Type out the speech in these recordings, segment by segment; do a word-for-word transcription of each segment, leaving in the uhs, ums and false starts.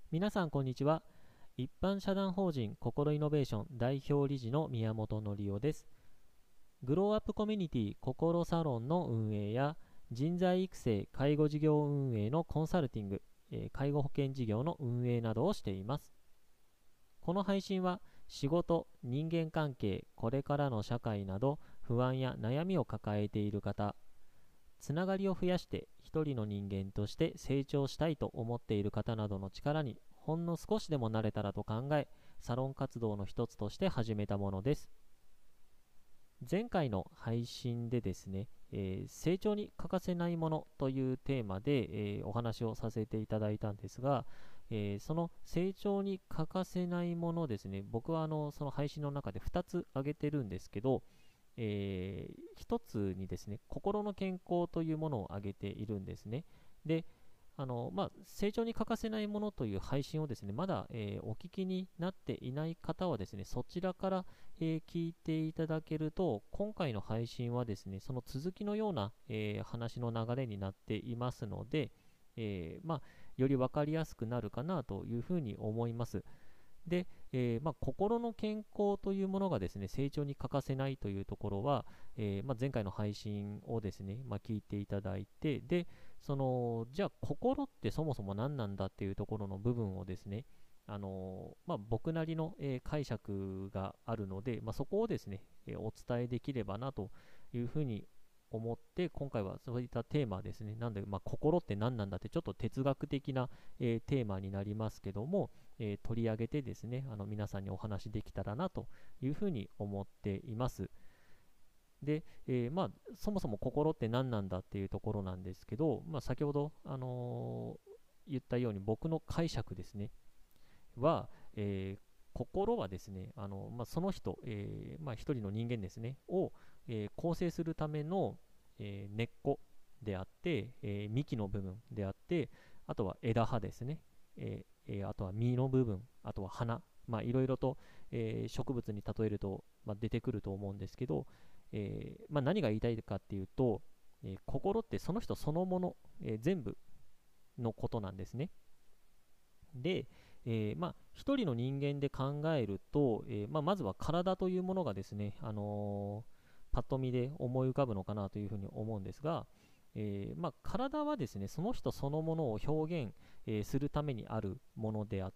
皆さんこんにちは。一般社団法人心イノベーション代表理事の宮本則夫です。グローアップコミュニティ心サロンの運営や人材育成介護事業運営のコンサルティング、えー介護保険事業の運営などをしています。この配信は仕事、人間関係、これからの社会など不安や悩みを抱えている方、つながりを増やして一人の人間として成長したいと思っている方などの力にほんの少しでもなれたらと考え、サロン活動の一つとして始めたものです。前回の配信でですね、えー成長に欠かせないものというテーマで、えーお話をさせていただいたんですが、えーその成長に欠かせないものですね、僕はあのその配信の中でふたつ挙げてるんですけど、えー、一つにですね、心の健康というものを挙げているんですね。で、あのまあ、成長に欠かせないものという配信をですね、まだ、えーお聞きになっていない方はですね、そちらから、えー聞いていただけると、今回の配信はですね、その続きのような、えー話の流れになっていますので、えーまあ、より分かりやすくなるかなというふうに思います。で、えーまあ、心の健康というものがですね、成長に欠かせないというところは、えーまあ、前回の配信をですね、まあ、聞いていただいて、で、その、じゃあ心ってそもそも何なんだっていうところの部分をですね、あのーまあ、僕なりの、えー解釈があるので、まあ、そこをですね、えーお伝えできればなというふうに思って、今回はそういったテーマですね、なんで、まあ、心って何なんだってちょっと哲学的な、えーテーマになりますけども、えー取り上げてですね、あの皆さんにお話できたらなというふうに思っています。で、えーまあ、そもそも心って何なんだっていうところなんですけど、まあ、先ほど、あのー言ったように僕の解釈ですね、は、えー心はですね、あのまあ、その人、えーまあ、一人の人間ですね、を、えー構成するための、えー根っこであって、えー幹の部分であって、あとは枝葉ですね、えーえーあとは実の部分、あとは花、まあ、いろいろと、えー植物に例えると、まあ、出てくると思うんですけど、えーまあ、何が言いたいかっていうと、えー心ってその人そのもの、えー全部のことなんですね。で、えーまあ、一人の人間で考えると、えーまあ、まずは体というものがですね、あのーパッと見で思い浮かぶのかなというふうに思うんですが、えーまあ、体はですね、その人そのものを表現、えーするためにあるものであって、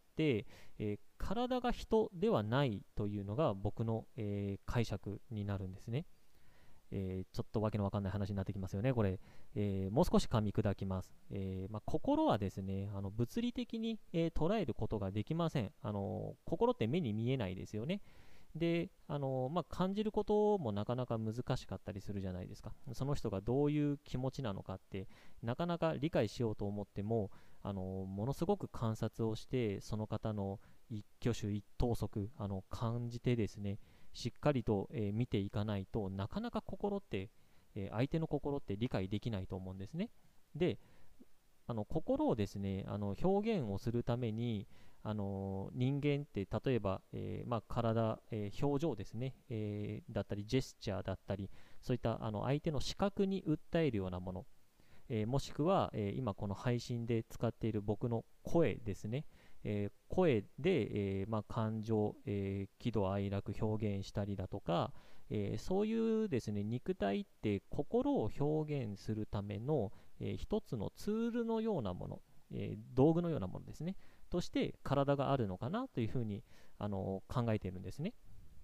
えー体が人ではないというのが僕の、えー解釈になるんですね。えーちょっとわけのわかんない話になってきますよね、これ。えーもう少し噛み砕きます。えーまあ、心はですね、あの物理的に、えー捉えることができません。あの心って目に見えないですよね。で、あのまあ、感じることもなかなか難しかったりするじゃないですか。その人がどういう気持ちなのかって、なかなか理解しようと思っても、あのものすごく観察をして、その方の一挙手一投足、あの感じてですね、しっかりと、えー見ていかないとなかなか心って、えー相手の心って理解できないと思うんですね。で、あの心をですね、あの表現をするために、あの人間って例えば、えーまあ、体、えー表情ですね、えーだったりジェスチャーだったり、そういったあの相手の視覚に訴えるようなもの、えーもしくは、えー今この配信で使っている僕の声ですね、えー声で、えーまあ、感情、えー喜怒哀楽表現したりだとか、えーそういうですね、肉体って心を表現するための、えー一つのツールのようなもの、えー道具のようなものですね、として体があるのかなというふうに、あの考えているんですね。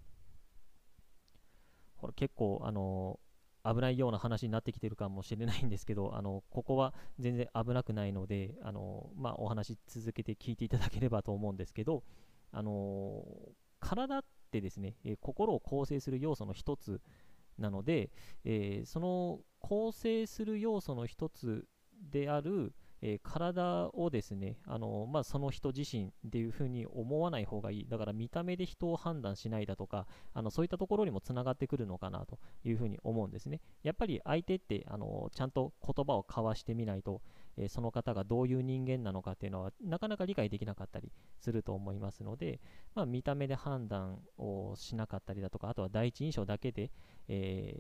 これ結構、あの危ないような話になってきてるかもしれないんですけど、あのここは全然危なくないので、あのまあ、お話続けて聞いていただければと思うんですけど、あの体ってですね、えー心を構成する要素の一つなので、えーその構成する要素の一つである、えー体をですね、あのまあ、その人自身っていうふうに思わない方がいい。だから見た目で人を判断しないだとか、あのそういったところにもつながってくるのかなというふうに思うんですね。やっぱり相手ってあのちゃんと言葉を交わしてみないと、えーその方がどういう人間なのかっていうのはなかなか理解できなかったりすると思いますので、まあ、見た目で判断をしなかったりだとか、あとは第一印象だけで、えー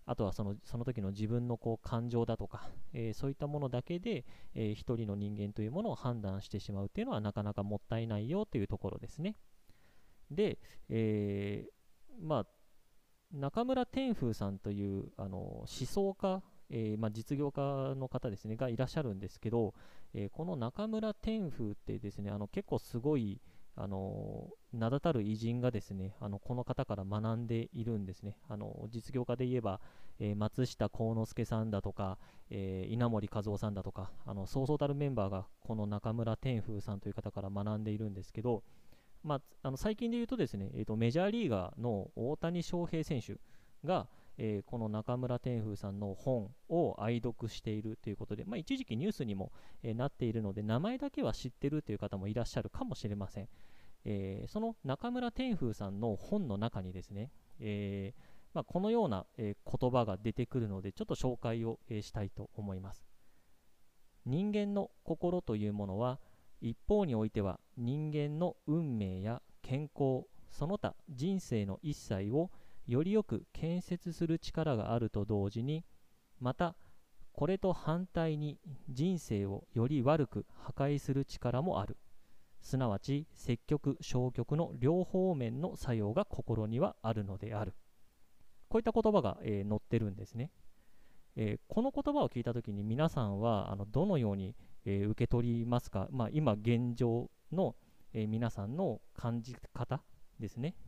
あとはそのその時の自分のこう感情だとか、えーそういったものだけで、えー一人の人間というものを判断してしまうっていうのはなかなかもったいないよというところですね。で、えーまあ、中村天風さんというあの思想家、えーまあ、実業家の方ですねがいらっしゃるんですけど、えーこの中村天風ってですね、あの結構すごいあの名だたる偉人がですね、あのこの方から学んでいるんですね。あの実業家で言えば、えー松下幸之助さんだとか、えー稲盛和夫さんだとか、あのそうそうたるメンバーがこの中村天風さんという方から学んでいるんですけど、まあ、あの最近で言うとですね、えーとメジャーリーガーの大谷翔平選手が、えーこの中村天風さんの本を愛読しているということで、まあ、一時期ニュースにも、えーなっているので、名前だけは知ってるという方もいらっしゃるかもしれません。えーその中村天風さんの本の中にですね、えーまあ、このような、えー言葉が出てくるので、ちょっと紹介を、えーしたいと思います。人間の心というものは、一方においては人間の運命や健康、その他人生の一切をよりよく建設する力があると同時に、またこれと反対に人生をより悪く破壊する力もある。すなわち積極消極の両方面の作用が心にはあるのである。こういった言葉が、えー載ってるんですね。えーこの言葉を聞いたときに皆さんはあのどのように、えー受け取りますか？まあ、今現状の、えー皆さんの感じ方ですね。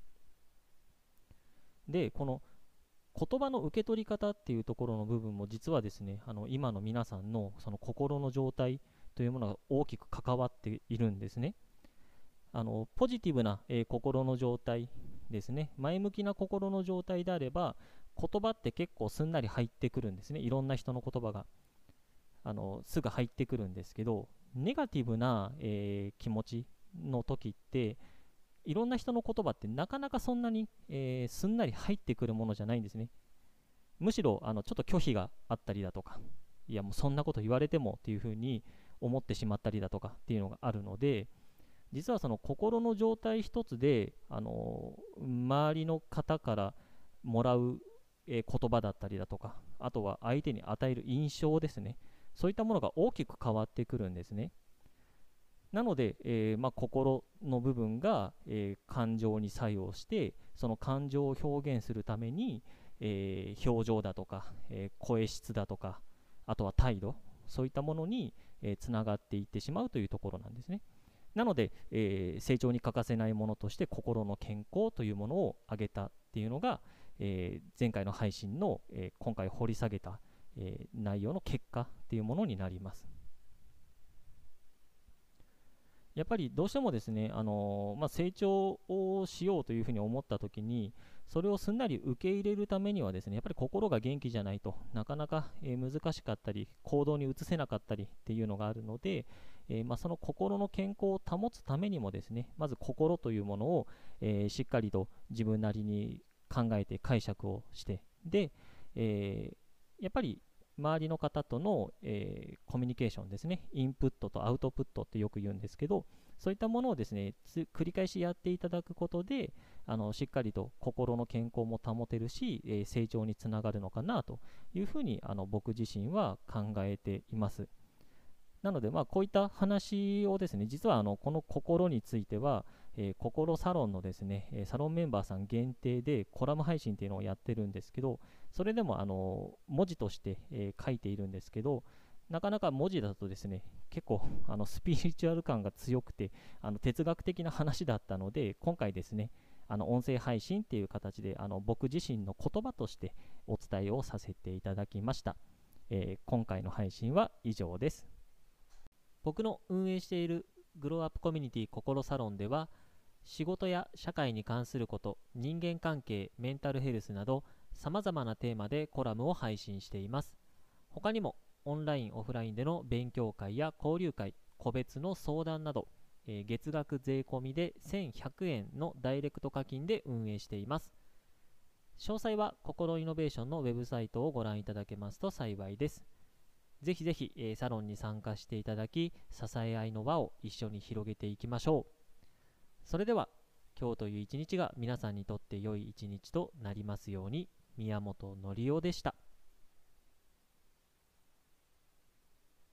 で、この言葉の受け取り方っていうところの部分も実はですね、あの今の皆さんのその心の状態というものが大きく関わっているんですね。あのポジティブな、えー心の状態ですね、前向きな心の状態であれば、言葉って結構すんなり入ってくるんですね。いろんな人の言葉があのすぐ入ってくるんですけど、ネガティブな、えー気持ちの時って、いろんな人の言葉ってなかなかそんなに、えーすんなり入ってくるものじゃないんですね。むしろあのちょっと拒否があったりだとか、いやもうそんなこと言われてもっていうふうに思ってしまったりだとかっていうのがあるので、実はその心の状態一つで、あの周りの方からもらう、えー言葉だったりだとか、あとは相手に与える印象ですね、そういったものが大きく変わってくるんですね。なので、えーまあ、心の部分が、えー感情に作用して、その感情を表現するために、えー表情だとか、えー声質だとか、あとは態度、そういったものに、えーつながっていってしまうというところなんですね。なので、えー成長に欠かせないものとして心の健康というものを挙げたっていうのが、えー前回の配信の、えー今回掘り下げた、えー内容の結果っていうものになります。やっぱりどうしてもですね、あのーまあ、成長をしようというふうに思ったときに、それをすんなり受け入れるためにはですね、やっぱり心が元気じゃないとなかなか、えー難しかったり、行動に移せなかったりっていうのがあるので、えーまあ、その心の健康を保つためにもですね、まず心というものを、えーしっかりと自分なりに考えて解釈をして、で、えーやっぱり周りの方との、えーコミュニケーションですね、インプットとアウトプットってよく言うんですけど、そういったものをですね、繰り返しやっていただくことで、あのしっかりと心の健康も保てるし、えー成長につながるのかなというふうにあの僕自身は考えています。なので、まあ、こういった話をですね、実はあのこの心については、えー心サロンのですね、えーサロンメンバーさん限定でコラム配信っていうのをやってるんですけど、それでもあの文字として、えー書いているんですけど、なかなか文字だとですね、結構あのスピリチュアル感が強くて、あの哲学的な話だったので、今回ですね、あの音声配信っていう形であの僕自身の言葉としてお伝えをさせていただきました。えー今回の配信は以上です。僕の運営しているグローアップコミュニティ心サロンでは、仕事や社会に関すること、人間関係、メンタルヘルスなどさまざまなテーマでコラムを配信しています。他にもオンラインオフラインでの勉強会や交流会、個別の相談など、えー月額税込みでせんひゃくえんのダイレクト課金で運営しています。詳細は心イノベーションのウェブサイトをご覧いただけますと幸いです。ぜひぜひ、えーサロンに参加していただき、支え合いの輪を一緒に広げていきましょう。それでは、今日という一日が皆さんにとって良い一日となりますように。 宮本則夫でした。